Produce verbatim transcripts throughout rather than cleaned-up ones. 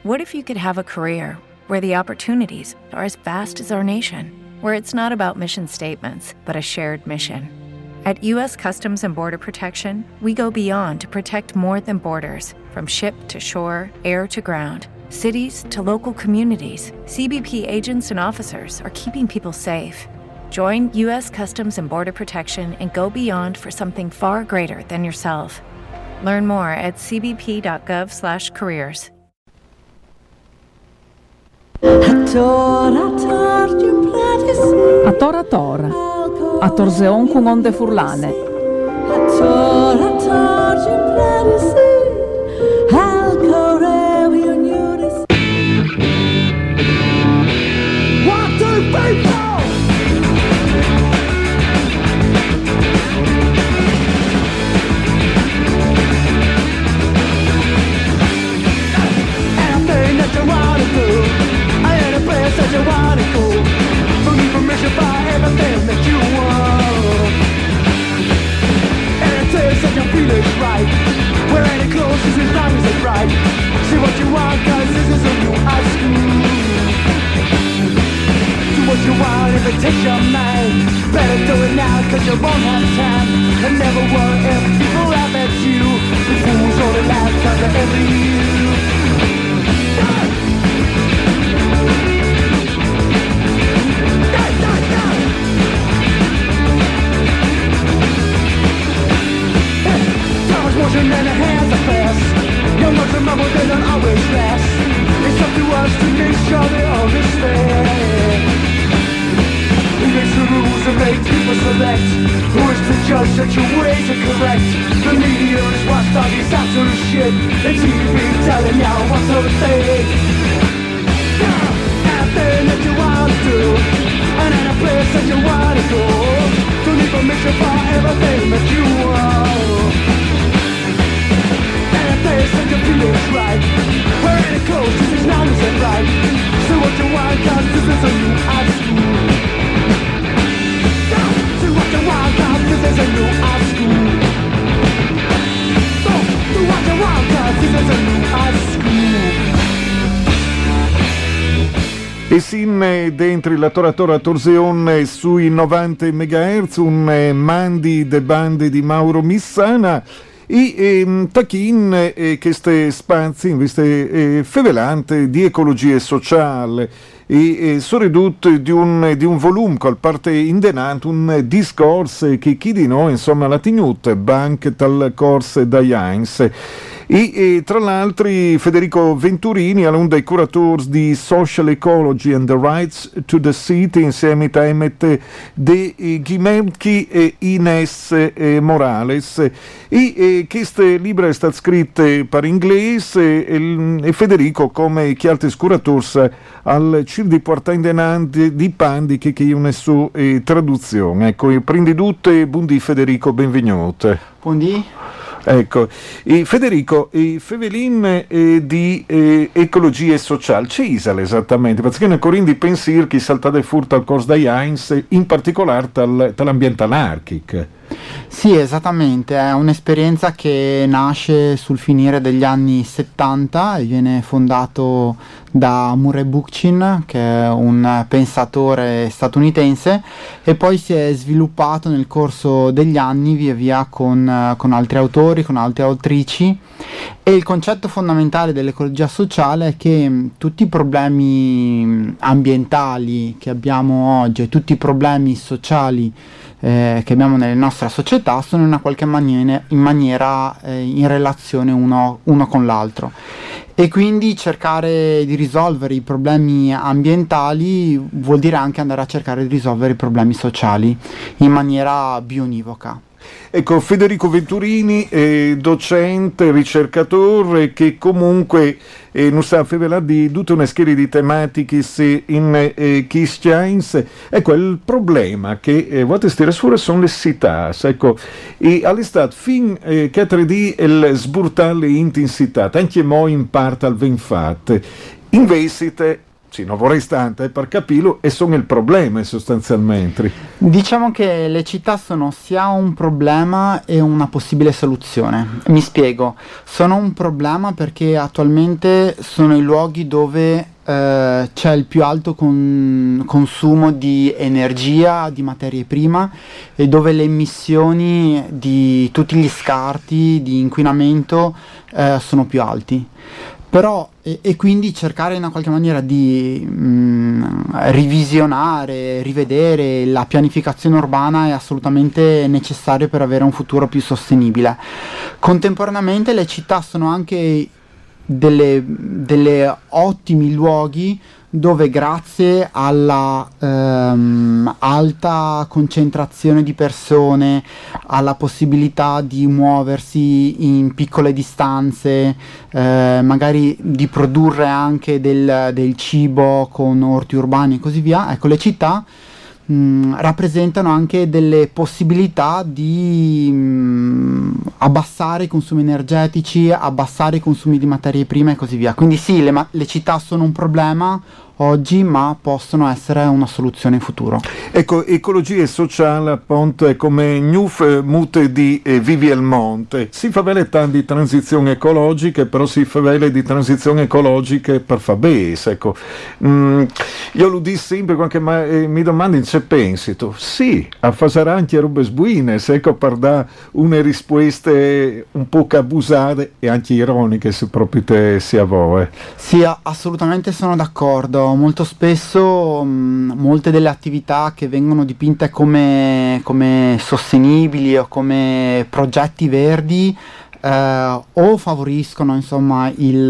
What if you could have a career where the opportunities are as vast as our nation, where it's not about mission statements, but a shared mission? At U S Customs and Border Protection, we go beyond to protect more than borders. From ship to shore, air to ground, cities to local communities, C B P agents and officers are keeping people safe. Join U S Customs and Border Protection and go beyond for something far greater than yourself. Learn more at c b p dot gov slash careers. A tora tora, a torzeon con onde furlane. Such a wanna go, don't need permission for everything that you want. And it tastes such a feeling right. Wearing it close just as long as it's right. See what you want, cause this is a new high school. Do what you want if it takes your mind. Better do it now cause you won't have time. And never worry if people laugh at you. The fools only laugh cause they envy you. And the hands are fast. Young ones remember they don't always last. It's up to us to make sure they understand. We make the rules and make people select. Who is to judge that your ways are correct? The media is watched all these absolute shit. The T V telling y'all what to think. Anything that you wanna do, and any place that you wanna go. Don't need permission for everything that you want. And your feelings right. Wearing it close, this is not as right. See what you want, cause this is a new high school. See what you want, cause this is a new high school. See what you want, cause this is a new high school. E sin dentro la Tora Tora Torseon sui novanta megahertz, un mandi de bande di Mauro Missana. E ehm, Tachin eh, queste spazi invece eh, fevelante di ecologia sociale e eh, soprattutto di un, di un volume col parte indenante un discorso che chi di noi insomma l'ha tenuto banche tal corso da Heinz. E, e tra l'altro Federico Venturini è uno dei curatori di Social Ecology and the Rights to the City insieme a Emmet De Ghimenti e Ines e Morales e, e questo libro è stato scritto per inglese e, e Federico come chi altri curatori al Cir di Porta Indenante di Pandi che è una sua eh, traduzione. Ecco, prendi tutte, buondì Federico, benvenuto. Buondì. Ecco, e Federico, e Fevelin eh, di eh, ecologia e sociale, c'è Isal esattamente, perché nel Corindi pensir che saltate furto al corso da Heinz, in particolare tal, dall'ambiente anarchico. Sì, esattamente, è un'esperienza che nasce sul finire degli anni settanta e viene fondato da Murray Bookchin, che è un pensatore statunitense, e poi si è sviluppato nel corso degli anni via via con, con altri autori, con altre autrici, e il concetto fondamentale dell'ecologia sociale è che tutti i problemi ambientali che abbiamo oggi e tutti i problemi sociali Eh, che abbiamo nella nostra società sono in una qualche maniera, in, maniera eh, in relazione uno, uno con l'altro, e quindi cercare di risolvere i problemi ambientali vuol dire anche andare a cercare di risolvere i problemi sociali in maniera bionivoca. Ecco, Federico Venturini, eh, docente, ricercatore, che comunque eh, non sa fare di tutta una serie di tematiche in eh, Kischiains. Ecco, il problema che eh, vuoi stare fuori sono le città. Ecco, e all'estate, fin eh, che tre di il sburtale intensità, anche mo in parte al venfat, invece sì, non vorrei stante per capirlo, e sono il problema sostanzialmente. Diciamo che le città sono sia un problema e una possibile soluzione. Mi spiego, sono un problema perché attualmente sono i luoghi dove eh, c'è il più alto con- consumo di energia, di materie prima, e dove le emissioni di tutti gli scarti di inquinamento eh, sono più alti. Però, e, e quindi cercare in una qualche maniera di mh, revisionare, rivedere la pianificazione urbana è assolutamente necessario per avere un futuro più sostenibile. Contemporaneamente le città sono anche delle, delle ottimi luoghi dove, grazie alla ehm, alta concentrazione di persone, alla possibilità di muoversi in piccole distanze, eh, magari di produrre anche del, del cibo con orti urbani e così via, ecco, le città mh, rappresentano anche delle possibilità di mh, abbassare i consumi energetici, abbassare i consumi di materie prime e così via. Quindi sì, le, ma- le città sono un problema oggi, ma possono essere una soluzione in futuro. Ecco, ecologia sociale appunto è come Gnuf Mute di eh, Vivi al Monte. Si fa bene tanto di transizione ecologica, però si fa bene di transizione ecologica per fabes, ecco. Mm, io lo dico sempre quando ma, eh, mi domandi se pensi tu. Sì, a fare anche robe sbuine, ecco, per dare una risposte un po' abusate e anche ironiche, se proprio te sia voi. Sì, a- assolutamente sono d'accordo. Molto spesso mh, molte delle attività che vengono dipinte come, come sostenibili o come progetti verdi eh, o favoriscono, insomma,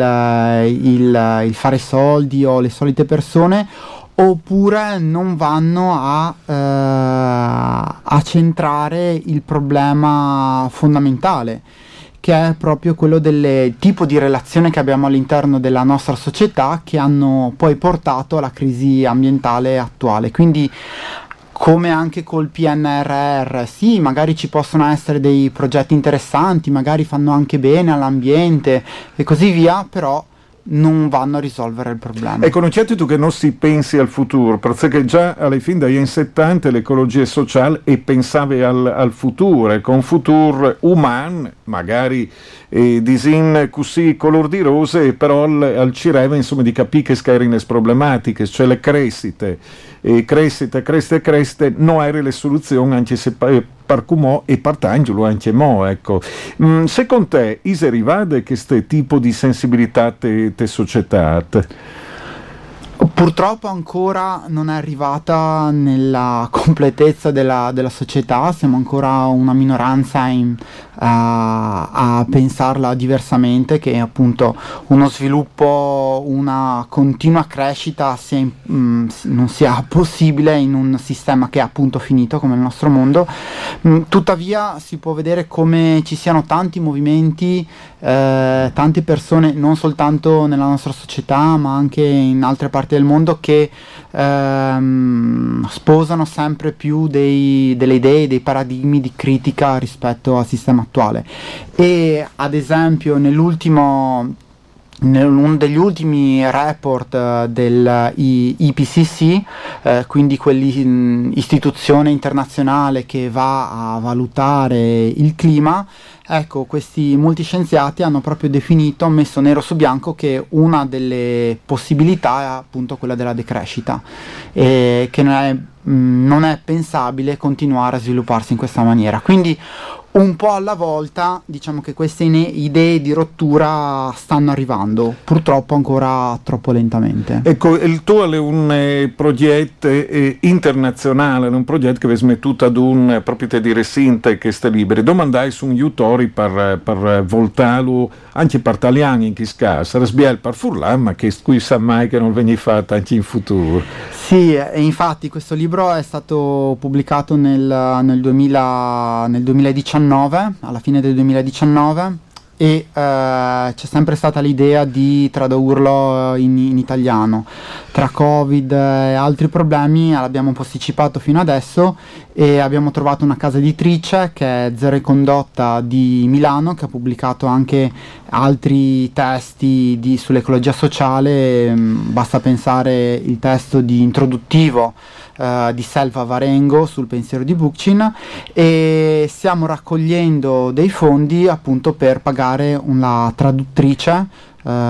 il, il, il fare soldi o le solite persone, oppure non vanno a, eh, a centrare il problema fondamentale, che è proprio quello del tipo di relazione che abbiamo all'interno della nostra società, che hanno poi portato alla crisi ambientale attuale. Quindi, come anche col P N R R, sì, magari ci possono essere dei progetti interessanti, magari fanno anche bene all'ambiente e così via, però non vanno a risolvere il problema. Ecco, non c'è tu che non si pensi al futuro, perché già alla fine degli anni settanta l'ecologia sociale e pensava al, al futuro, con un futuro umano, magari eh, disin così color di rose, però al, al cireve, insomma, di capire che scarine le problematiche, cioè le crescite, e crescite, crescite, crescite, non erano le soluzioni, anche se per comò e partangelo anche mo, ecco. Mm, secondo te, is arrivate questo tipo di sensibilità te, te società? Purtroppo ancora non è arrivata nella completezza della, della società, siamo ancora una minoranza in, a, a pensarla diversamente, che appunto uno sviluppo, una continua crescita sia in, mh, non sia possibile in un sistema che è appunto finito come il nostro mondo. Mh, tuttavia si può vedere come ci siano tanti movimenti, eh, tante persone, non soltanto nella nostra società ma anche in altre parti del mondo, che ehm, sposano sempre più dei, delle idee, dei paradigmi di critica rispetto al sistema attuale. E ad esempio nell'ultimo in uno degli ultimi report uh, del I P C C, eh, quindi quell'istituzione internazionale che va a valutare il clima, ecco, questi multiscienziati hanno proprio definito, messo nero su bianco, che una delle possibilità è appunto quella della decrescita, e che non è, mh, non è pensabile continuare a svilupparsi in questa maniera. Quindi un po' alla volta, diciamo che queste ine- idee di rottura stanno arrivando, purtroppo ancora troppo lentamente. Ecco, il tuo è un eh, progetto eh, internazionale, un progetto che vi smettuto ad un proprio di recinte che sta liberi. Domandai su un aiutori per, per voltarlo anche per italiani in questo caso, rasbiel per furlan, ma che qui sa mai che non viene fatto anche in futuro. Sì, e infatti questo libro è stato pubblicato nel, nel, duemila, nel duemiladiciannove, alla fine del duemiladiciannove, e eh, c'è sempre stata l'idea di tradurlo in, in italiano. Tra Covid e altri problemi l'abbiamo posticipato fino adesso, e abbiamo trovato una casa editrice che è Zero e Condotta di Milano, che ha pubblicato anche altri testi di, sull'ecologia sociale, mh, basta pensare il testo di introduttivo uh, di Selva Varengo sul pensiero di Bookchin, e stiamo raccogliendo dei fondi appunto per pagare una traduttrice,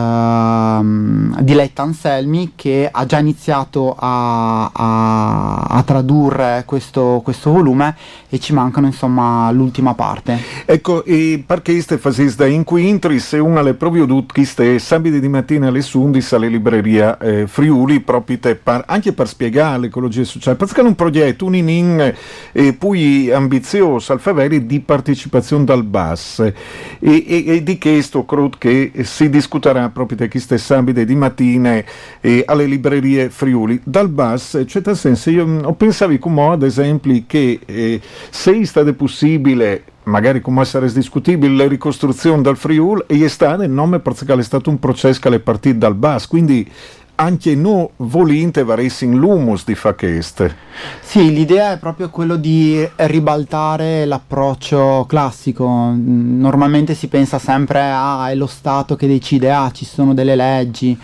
Uh, Diletta Anselmi, che ha già iniziato a, a, a tradurre questo, questo volume, e ci mancano insomma l'ultima parte. Ecco, e perché ste faceste incontri, se una le proprio tutti ste sabiti di mattina alle undici alle librerie eh, Friuli, proprio te per, anche per spiegare l'ecologia sociale, perché è un progetto, un inin eh, poi ambizioso, al favore di partecipazione dal B A S, e, e, e di questo credo che si discute proprio da queste sabite di mattina eh, alle librerie Friuli. Dal B A S, cioè nel senso, io ho pensato come ad esempio che eh, se è stato possibile, magari come sarà discutibile, la ricostruzione dal Friuli, e è stato il nome perché è stato un processo che è partito dal B A S, quindi anche noi volinte varessi in l'humus di fa queste. Sì, l'idea è proprio quello di ribaltare l'approccio classico. Normalmente si pensa sempre a ah, è lo Stato che decide, ah ci sono delle leggi,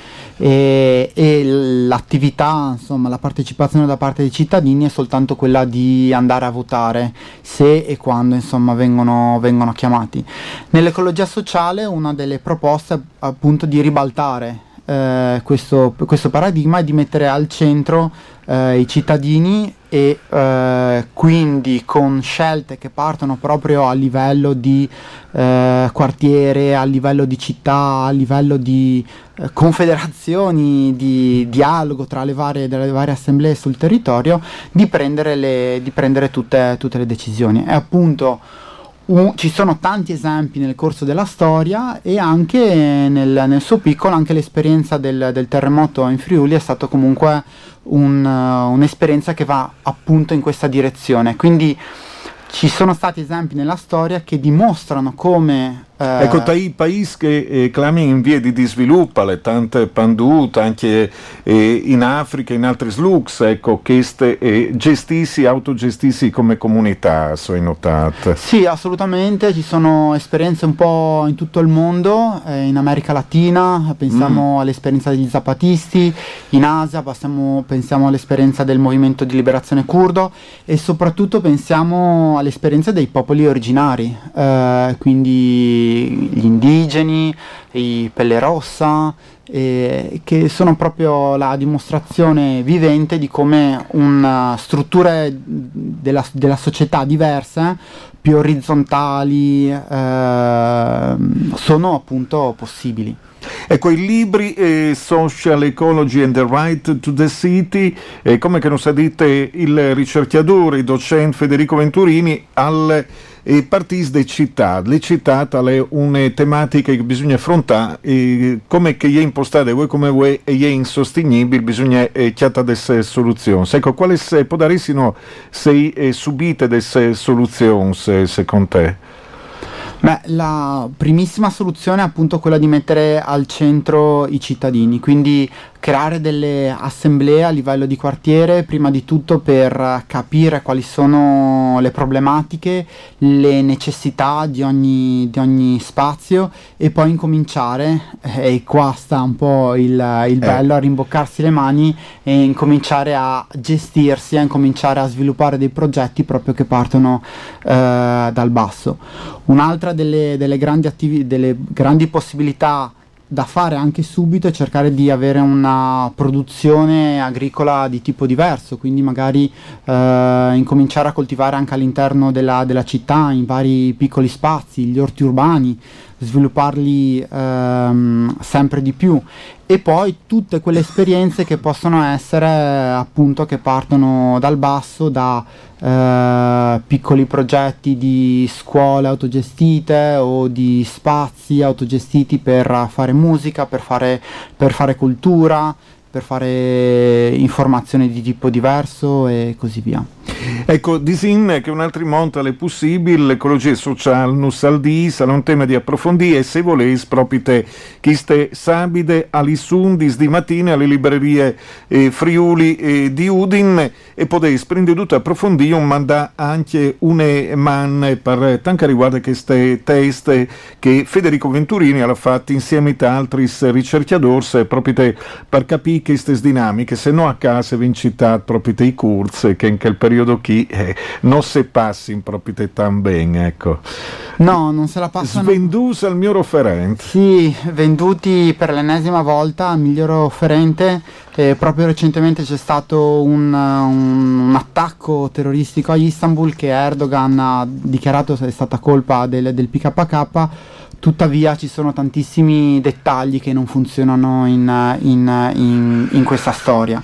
e, e l'attività, insomma la partecipazione da parte dei cittadini è soltanto quella di andare a votare se e quando insomma vengono, vengono chiamati. Nell'ecologia sociale una delle proposte è appunto di ribaltare Eh, questo, questo paradigma, e di mettere al centro eh, i cittadini, e eh, quindi con scelte che partono proprio a livello di eh, quartiere, a livello di città, a livello di eh, confederazioni, di dialogo tra le varie, delle varie assemblee sul territorio, di prendere, le, di prendere tutte, tutte le decisioni. E appunto Uh, ci sono tanti esempi nel corso della storia, e anche nel, nel suo piccolo anche l'esperienza del, del terremoto in Friuli è stato comunque un, uh, un'esperienza che va appunto in questa direzione. Quindi ci sono stati esempi nella storia che dimostrano come eh, ecco, tra i paesi che eh, clami in via di sviluppo, le tante pandute anche eh, in Africa, in altri slux, ecco, che eh, gestissi, autogestissi come comunità, so notate. Sì, assolutamente, ci sono esperienze un po' in tutto il mondo, eh, in America Latina, pensiamo mm. all'esperienza degli zapatisti, in Asia passiamo, pensiamo all'esperienza del movimento di liberazione curdo, e soprattutto pensiamo all'esperienza dei popoli originari, eh, quindi gli indigeni, i Pelle Rossa, eh, che sono proprio la dimostrazione vivente di come una strutture della, della società diverse, più orizzontali, eh, sono appunto possibili. Ecco, i libri eh, Social Ecology and the Right to the City, eh, come che non sa dite il ricercatore, il docente Federico Venturini, al eh, partis de città. Le città tale una tematica che bisogna affrontare, eh, come che è impostata voi come voi e è insostenibile, bisogna eh, chiata delle soluzioni. Ecco, quali se, può darissimo se eh, subite delle soluzioni se, secondo te? Beh, la primissima soluzione è appunto quella di mettere al centro i cittadini, quindi creare delle assemblee a livello di quartiere, prima di tutto per capire quali sono le problematiche, le necessità di ogni, di ogni spazio, e poi incominciare, e qua sta un po' il, il bello, eh. a rimboccarsi le mani e incominciare a gestirsi, a incominciare a sviluppare dei progetti proprio che partono eh, dal basso. Un'altra delle, delle grandi attivi- delle grandi possibilità da fare anche subito è cercare di avere una produzione agricola di tipo diverso, quindi magari eh, incominciare a coltivare anche all'interno della, della città, in vari piccoli spazi, gli orti urbani, svilupparli ehm, sempre di più, e poi tutte quelle esperienze che possono essere appunto, che partono dal basso, da eh, piccoli progetti di scuole autogestite o di spazi autogestiti per fare musica, per fare, per fare cultura, per fare informazioni di tipo diverso e così via. Ecco, disin che un altro monta è possibile, l'ecologia sociale, non saldi, sarà un tema di approfondire e se volete proprio te, chi ste sabide all'Issundis di mattina alle librerie eh, Friuli eh, di Udin e potete prendere tutto approfondire un manda anche une man per tanto riguarda queste teste che Federico Venturini ha fatto insieme ad altri ricercatori proprio te, per capire queste dinamiche, se no a casa vi citate proprio te i corsi che in quel periodo chi eh, non se passi in proprio te tan bene, ecco. No, non se la passano. Svenduti al mio offerente. Sì, venduti per l'ennesima volta al miglior offerente. Eh, proprio recentemente c'è stato un, un, un attacco terroristico a Istanbul che Erdogan ha dichiarato è stata colpa del, del P K K. Tuttavia ci sono tantissimi dettagli che non funzionano in, in, in, in questa storia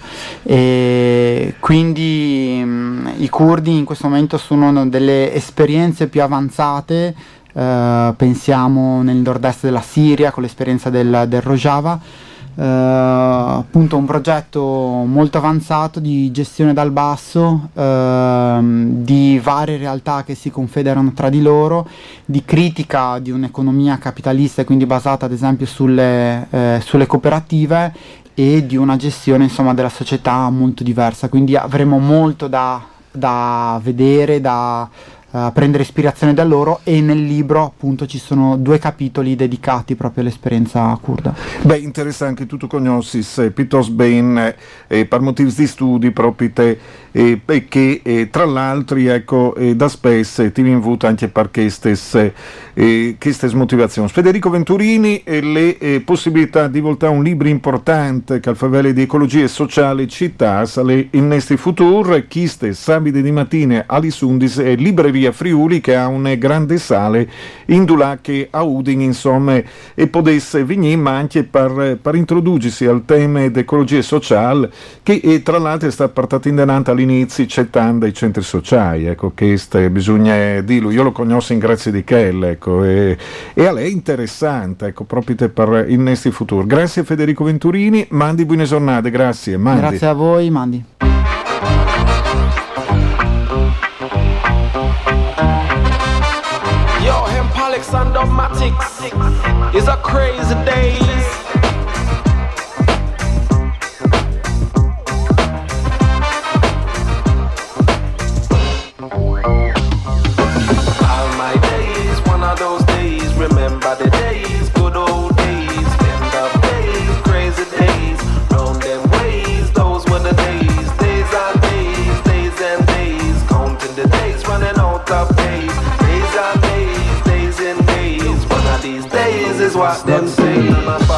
e quindi mh, i curdi in questo momento sono delle esperienze più avanzate, eh, pensiamo nel nord-est della Siria con l'esperienza del, del Rojava. Uh, appunto un progetto molto avanzato di gestione dal basso uh, di varie realtà che si confederano tra di loro, di critica di un'economia capitalista e quindi basata ad esempio sulle, eh, sulle cooperative e di una gestione insomma della società molto diversa, quindi avremo molto da, da vedere, da Uh, prendere ispirazione da loro e nel libro appunto ci sono due capitoli dedicati proprio all'esperienza curda. Beh, interessa anche tutto conoscis eh, piuttosto bene eh, per motivi di studi proprio te eh, perché eh, tra l'altro ecco eh, da spesso ti invuto anche per queste eh, motivazioni. Federico Venturini e le eh, possibilità di voltare un libro importante che al favore di ecologia sociale città sale in nostri futuri chiste sabide di mattina all'Issundis e libreria Friuli che ha una grande sale in Dulà che a Udin insomma e potesse venire ma anche per, per introdursi al tema d'ecologia sociale che e, tra l'altro è stato portato in denante all'inizio citando i centri sociali, ecco che bisogna dirlo, io lo conosco in grazie di Kell, ecco e, e a lei è interessante, ecco proprio per il nostro futuro. Grazie Federico Venturini, mandi buone giornate, grazie Mandi. Grazie a voi, Mandi. Alexandermatics is a crazy days. All my days, one of those days. Remember the days, good old days. End of days, crazy days. Round them ways, those were the days. Days and days, days and days. Counting the days, running out of days. Days and days. These days is what them say.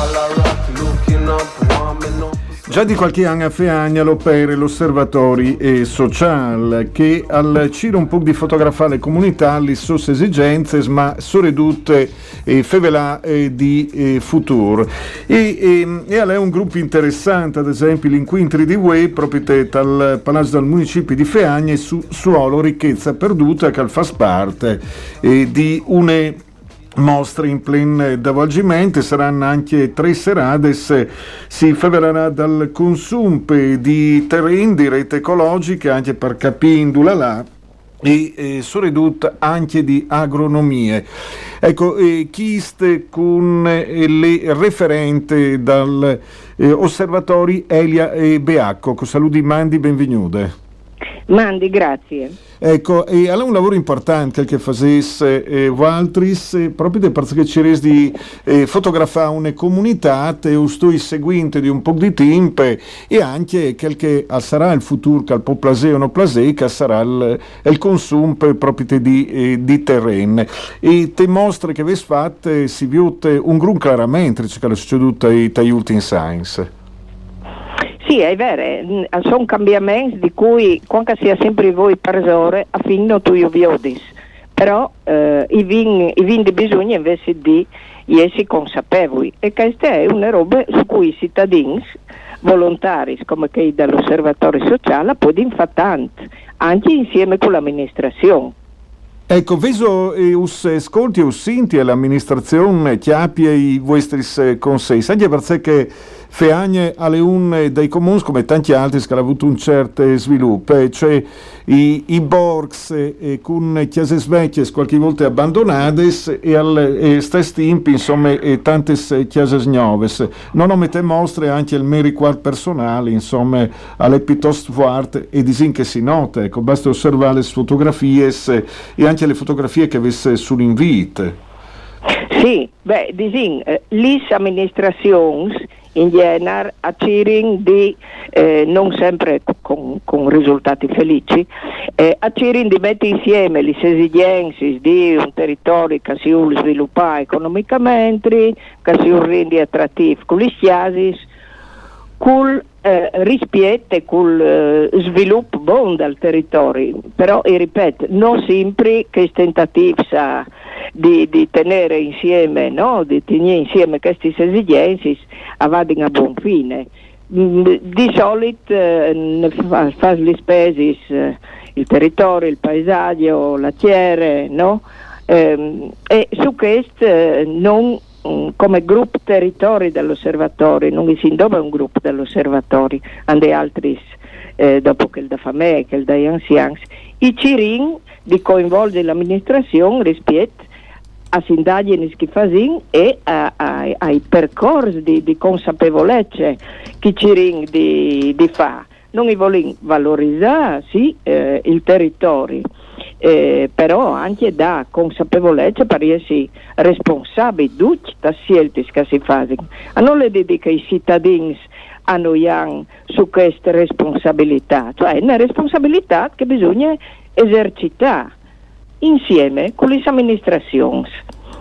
Già di qualche anno fa agnalo per l'osservatori e social che al ciro un po' di fotografare le comunità le sue esigenze ma soprattutto eh, fevelà eh, di eh, futuro e, e, e è un gruppo interessante ad esempio l'inquintri di Ue proprio dal palazzo del municipio di Feagne su suolo ricchezza perduta che fa parte eh, di une mostre in plen d'avvolgimento, saranno anche tre serate, si favorerà dal consumo di terreni di rete ecologica anche per capire là e eh, soprattutto anche di agronomie. Ecco, eh, chiste con eh, le referente dal eh, osservatori Elia e Beacco, con saluti Mandi, benvenute. Mandi, grazie. Ecco, e allora un lavoro importante che facesse eh, Valtris, eh, proprio perché ci resi di eh, fotografare una comunità e sto seguente di un po' di tempo e anche quel che sarà il futuro che al può plasè o non plasè, che sarà il, il consumo proprio di, eh, di terreno. E te mostre che avete fatto si vede un grun chiaramente che è succeduto ai ultimi science. Sì, è vero, sono cambiamenti di cui, quando sia sempre voi persone, a fine non tu io vi odis. Però eh, i vin i vin di bisogno invece di essere consapevoli e questa è una roba su cui i cittadini volontari, come che dall'osservatorio sociale, possono fare tanto, anche insieme con l'amministrazione. Ecco, veso e us ascolti o sinti l'amministrazione chiappia i vostri consigli, anche perché Feagne alle un dei comuni come tanti altri che hanno avuto un certo sviluppo, cioè i, i borgs eh, con chiese vecchie qualche volta abbandonate e al stesso tempo insomma e tante chiese nuove. Non omette mostre anche il mio riguardo personale, insomma, alle piuttosto forte e disin che si nota, ecco, basta osservare le fotografie e anche le fotografie che avesse sull'invito. Sì, beh, disin, eh, le amministrazioni in genere accercano di, eh, non sempre con, con risultati felici, eh, accercano di mettere insieme le esigenze di un territorio che si vuole sviluppare economicamente, che si vuole rendere attrattivo con gli chiasi, col eh, rispetto e col eh, sviluppo buono del territorio, però, e ripeto, non sempre che tentativi sa di, di tenere insieme, no? Di tenere insieme queste esigenze vadano a buon fine. Di solito eh, fa, fa le spese eh, il territorio, il paesaggio, la terra, no? Eh, e su questo eh, non come gruppo territori dell'osservatorio, non si dove un gruppo dell'osservatorio, hanno altri eh, dopo che il da Famè, che il da Anzians, i cirin di coinvolgere l'amministrazione rispetto a indagini che fanno e a, a, ai percorsi di, di consapevolezza che cirin di, di fa. Non vogliono valorizzare sì, eh, il territorio, Eh, però anche da consapevolezza per essere responsabili di tutte le scelte che si fanno. A non le dire che i cittadini hanno su questa responsabilità, cioè è una responsabilità che bisogna esercitare insieme con le amministrazioni.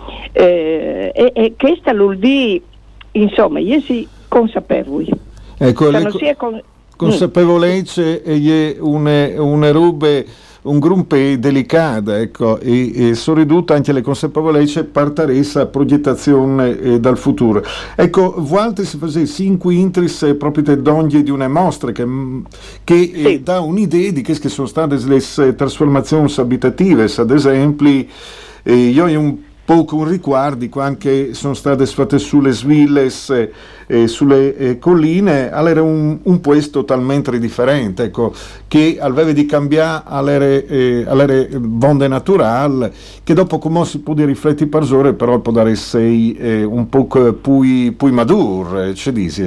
Eh, e, e questa vuol dire, insomma, essere consapevoli. Ecco, le co- con- consapevolezza mm. è una, una roba un gruppo delicato, ecco, e, e sono ridotte anche le consapevolezze partaressa progettazione eh, dal futuro. Ecco, volte si facesse cinque intris eh, proprio d'ogni di una mostra che, che sì. eh, dà un'idea di che sono state le trasformazioni abitative, ad esempio, eh, io ho un poco un riguardo di quanto sono state fatte sulle sville e eh, sulle eh, colline, allora un, un puesto totalmente differente, ecco, che aveva di cambiare alle eh, bonde naturali, che dopo come si può riflettere per ore, però può dare sei eh, un po' più, più maduro, ci dici?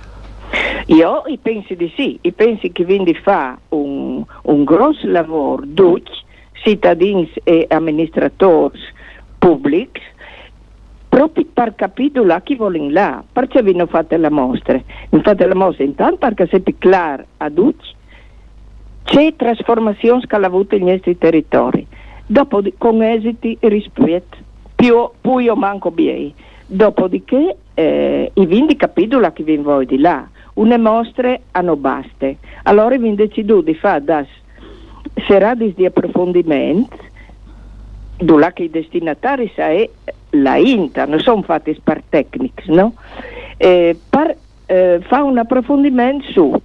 Io penso di sì, io penso che quindi fa un, un grosso lavoro tutti, cittadini e amministratori pubblici, proprio per capire là chi vogliono là, perché vi hanno fatto la mostra. Infatti la mostra intanto perché sia più chiaro a tutti c'è trasformazioni che hanno avuto i nostri territori, dopo con esiti e rispetto, più, più io manco bene. Dopodiché eh, i vindi capitoli che vi voi di là, una mostre hanno baste. Allora vi decido di fare das serate di approfondimento dove che i destinatari è la INTA, non sono fatti per tecnici, no? Eh, per eh, fare un approfondimento su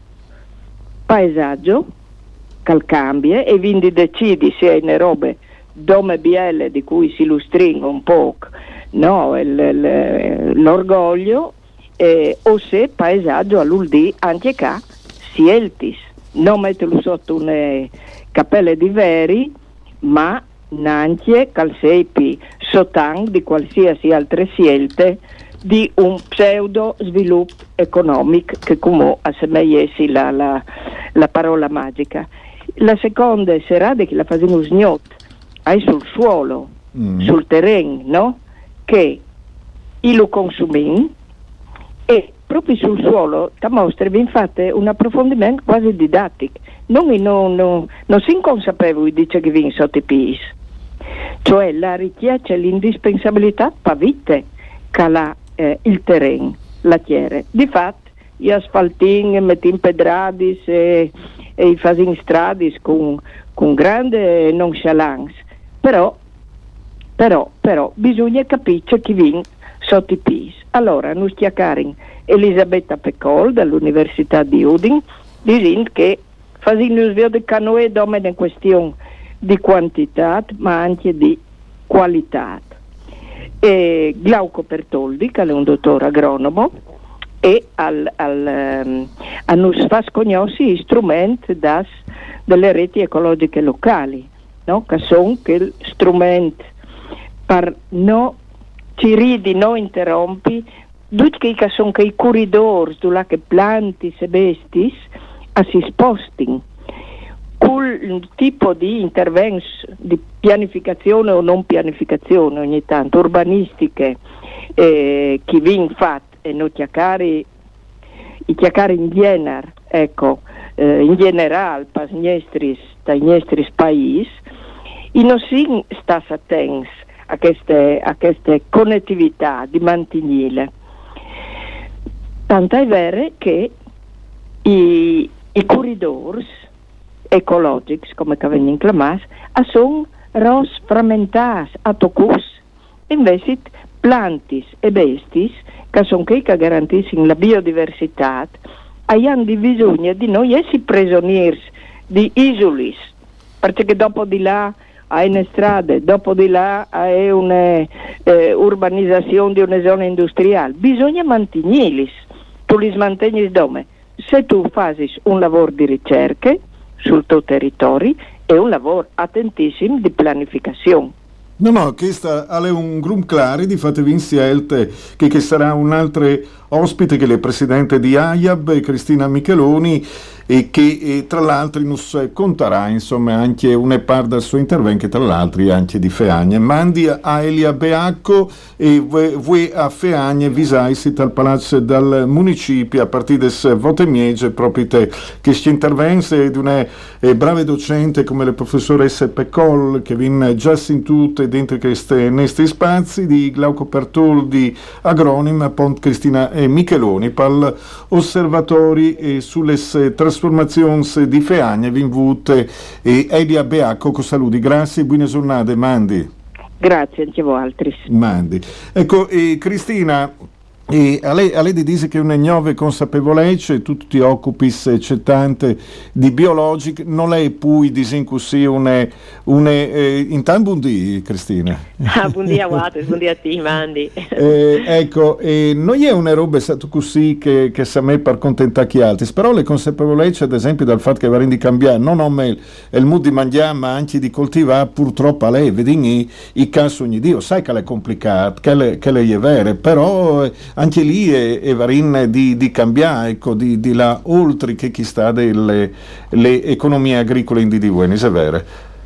paesaggio che cambia e quindi decidi se è una roba dome bielle di cui si illustringa un po', no? il, il, l'orgoglio eh, o se paesaggio all'uldi anche qua si eltis, non metterlo sotto una cappelle di veri, ma nanche calseipi sottang di qualsiasi altre scelte di un pseudo sviluppo economico che come assemegliessi la, la, la parola magica. La seconda serata che la facciamo sgnot è sul suolo, mm. sul terreno, no? Che io lo consumin e proprio sul suolo da mostra vi fate un approfondimento quasi didattico. Non, non, non, non si inconsapevoli dice che vi sotto i piedi, cioè la richiesta e l'indispensabilità per vite che la, eh, il terreno, la terra. Di fatto gli asfaltini metti in pedradi e, e i fasi in stradi con, con grande nonchalance, però, però, però bisogna capire chi viene sotto i piedi. Allora, noi stiamo Elisabetta Pecol dall'Università di Udine, dicendo che facendo uso di canoe domena in questione di quantità ma anche di qualità. E Glauco Pertoldi, che è un dottore agronomo, e al, al, um, hanno fatto conoscere strumenti das, delle reti ecologiche locali, no? Che sono quel strumento per non ci ridi, non interrompi, tutti che sono quei corridori dove che planti e bestis si spostino. Quel tipo di interventi di pianificazione o non pianificazione ogni tanto, urbanistiche, eh, che vengono fatte e non chiacchiare i chiacchiare in genere, ecco, eh, in generale, per i nostri, i nostri paesi, e non si sta attenti a queste, a queste connettività di mantenere. Tanto è vero che i, i corridori ecologici, come che vengono chiamati, sono ros frammentati a tocus, invece plantis e bestis, che sono quelli che garantiscono la biodiversità, hanno bisogno di noi essere prigionieri di isoli, perché dopo di là hai una strada, dopo di là hai un'urbanizzazione eh, di una zona industriale, bisogna mantenerli. Tu li mantieni dove? Se tu fai un lavoro di ricerca sul tuo territorio e un lavoro attentissimo di pianificazione. No, no, questa è un gruppo claro, di fatevi insieme che, che sarà un altro ospite che è il presidente di A I A B, Cristina Micheloni, e che e, tra l'altro nos conterà insomma anche una parte del suo intervento, che tra l'altro anche di Feagne. Mandi a Elia Beacco e voi a Feagne visaisi dal palazzo dal municipio a partire del voto miege proprio te che si intervenne di una eh, brave docente come le professoresse Peccol che viene già sin tutte dentro questi nostri spazi, di Glauco Pertoldi agronima Pont Cristina eh, Micheloni per osservatori eh, sulle trasformazioni di Feagne vinvute e Elia Beacco con saluti, grazie e buone giornate. Mandi. Grazie anche voi altri. Mandi. Ecco, eh, Cristina, e a lei, a lei dice che una nuova consapevolezza, tu ti occupi c'è tante di biologiche, non lei poi disincusì une, une eh, intanto buondì, Cristina. Ah, buondì a voi, buondì a te, Mandi. Eh, ecco, eh, non è una roba stato così che, che sa me per contentare chi altri, però le consapevolezze, ad esempio, dal fatto che va di cambiare, non come il, il mood di mangiare, ma anche di coltivare, purtroppo a lei, vedi i, i casi ogni dio, sai che è complicato, che le, che lei è vera, però eh, anche lì è, è varin di, di cambiare, ecco, di, di là oltre che chi sta delle le economie agricole in di Buenos è vero.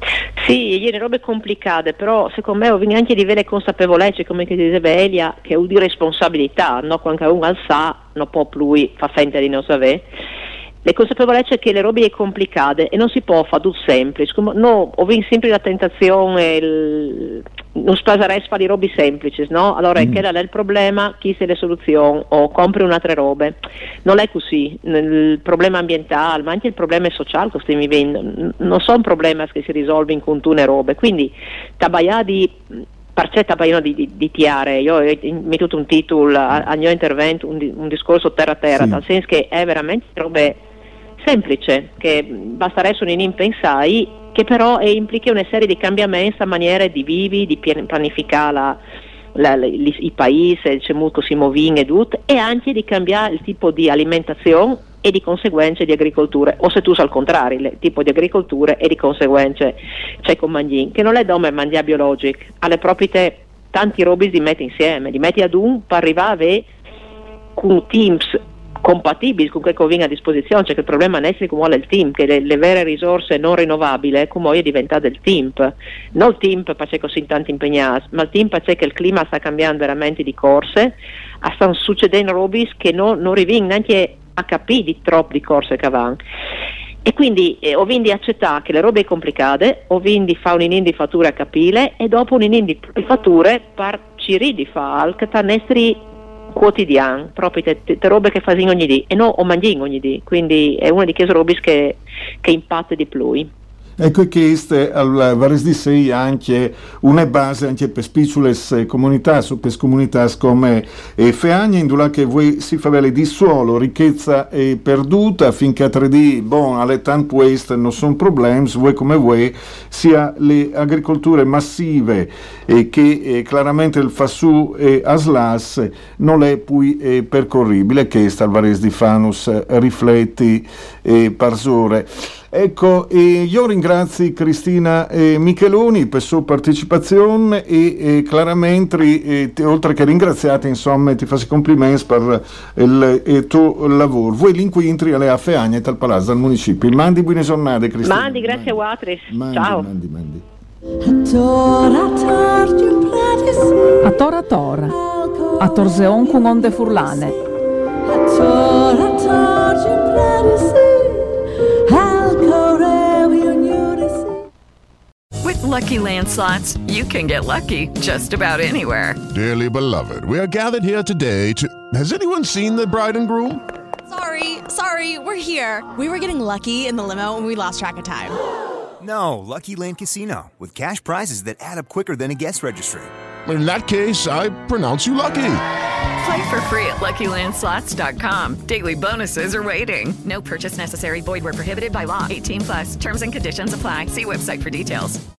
Sì, ieri robe complicate, però secondo me ho anche di vere consapevolezze, come che diceva Elia, che è di responsabilità, no? Quando uno sa, non può più fa finta di non sapere. Le consapevolezze che le robe è complicate e non si può fare tutto semplice. No, ho vinto sempre la tentazione, il, non spaserei fare robe semplici, no? Allora, mm. che è il problema, chi se le soluzioni o compri un'altra robe. Non è così. Il problema ambientale, ma anche il problema sociale che stiamo vivendo, non sono problemi che si risolvono con tune robe. Quindi, tabaià di parcetta di, di, di tiare, io ho mettuto un titolo al mio intervento, un, un discorso terra a terra, sì. Nel senso che è veramente robe semplice, che basterebbe un impensai, che però implica una serie di cambiamenti a maniera di vivi, di pianificare la, la, la, i, i paesi, c'è molto si muove e tutto, e anche di cambiare il tipo di alimentazione e di conseguenze di agricoltura, o se tu sai al contrario, il tipo di agricoltura e di conseguenze c'è con mangiare, che non è come mangiare biologico, alle proprie te, tanti robi di metti insieme, li metti ad un per arrivare a avere con teams compatibili con quel che viene a disposizione, cioè che il problema non è come vuole il team, che le, le vere risorse non rinnovabili come è diventato il team, non il team perché così tanto impegnati, ma il team perché il clima sta cambiando veramente di corse, stanno succedendo robi che non, non rivengono neanche a capire di troppo di corse che vanno. E quindi eh, ho vinto di accettare che le robe complicate, ho vinto di fare un'inindi fatture a capire e dopo un'inindi fatture per ci di fare che sta nestri quotidiano, proprio te, te, te robe che fai ogni dì e non o mangi ogni dì, quindi è una di quelle robe che, che impatta di più. Ecco che este al vares di sei anche una base anche per piccole comunità, per comunità come eh, Feagna, in dove che voi si favele di suolo, ricchezza è perduta, finché a tre D, bon, alle tant waste non sono problemi, voi come voi, sia le agricolture massive eh, che eh, chiaramente il Fassù e Aslas non è poi eh, percorribile, che sta al vares di Fanus eh, rifletti e eh, parsore. Ecco, e io ringrazio Cristina eh, Micheloni per la sua partecipazione e, e chiaramente, eh, te, oltre che ringraziate, insomma, ti faccio complimenti per il, il tuo lavoro. Voi l'incontri alle Feagna e al Palazzo del Municipio. Mandi buone giornate, Cristina. Mandi, grazie a Watris. Ciao. Mandi, mandi. A tora a tora, a torseon con onde furlane. With Lucky Land Slots, you can get lucky just about anywhere. Dearly beloved, we are gathered here today to... Has anyone seen the bride and groom? Sorry, sorry, we're here. We were getting lucky in the limo and we lost track of time. No, Lucky Land Casino, with cash prizes that add up quicker than a guest registry. In that case, I pronounce you lucky. Play for free at Lucky Land Slots dot com. Daily bonuses are waiting. No purchase necessary. Void where prohibited by law. eighteen plus. Terms and conditions apply. See website for details.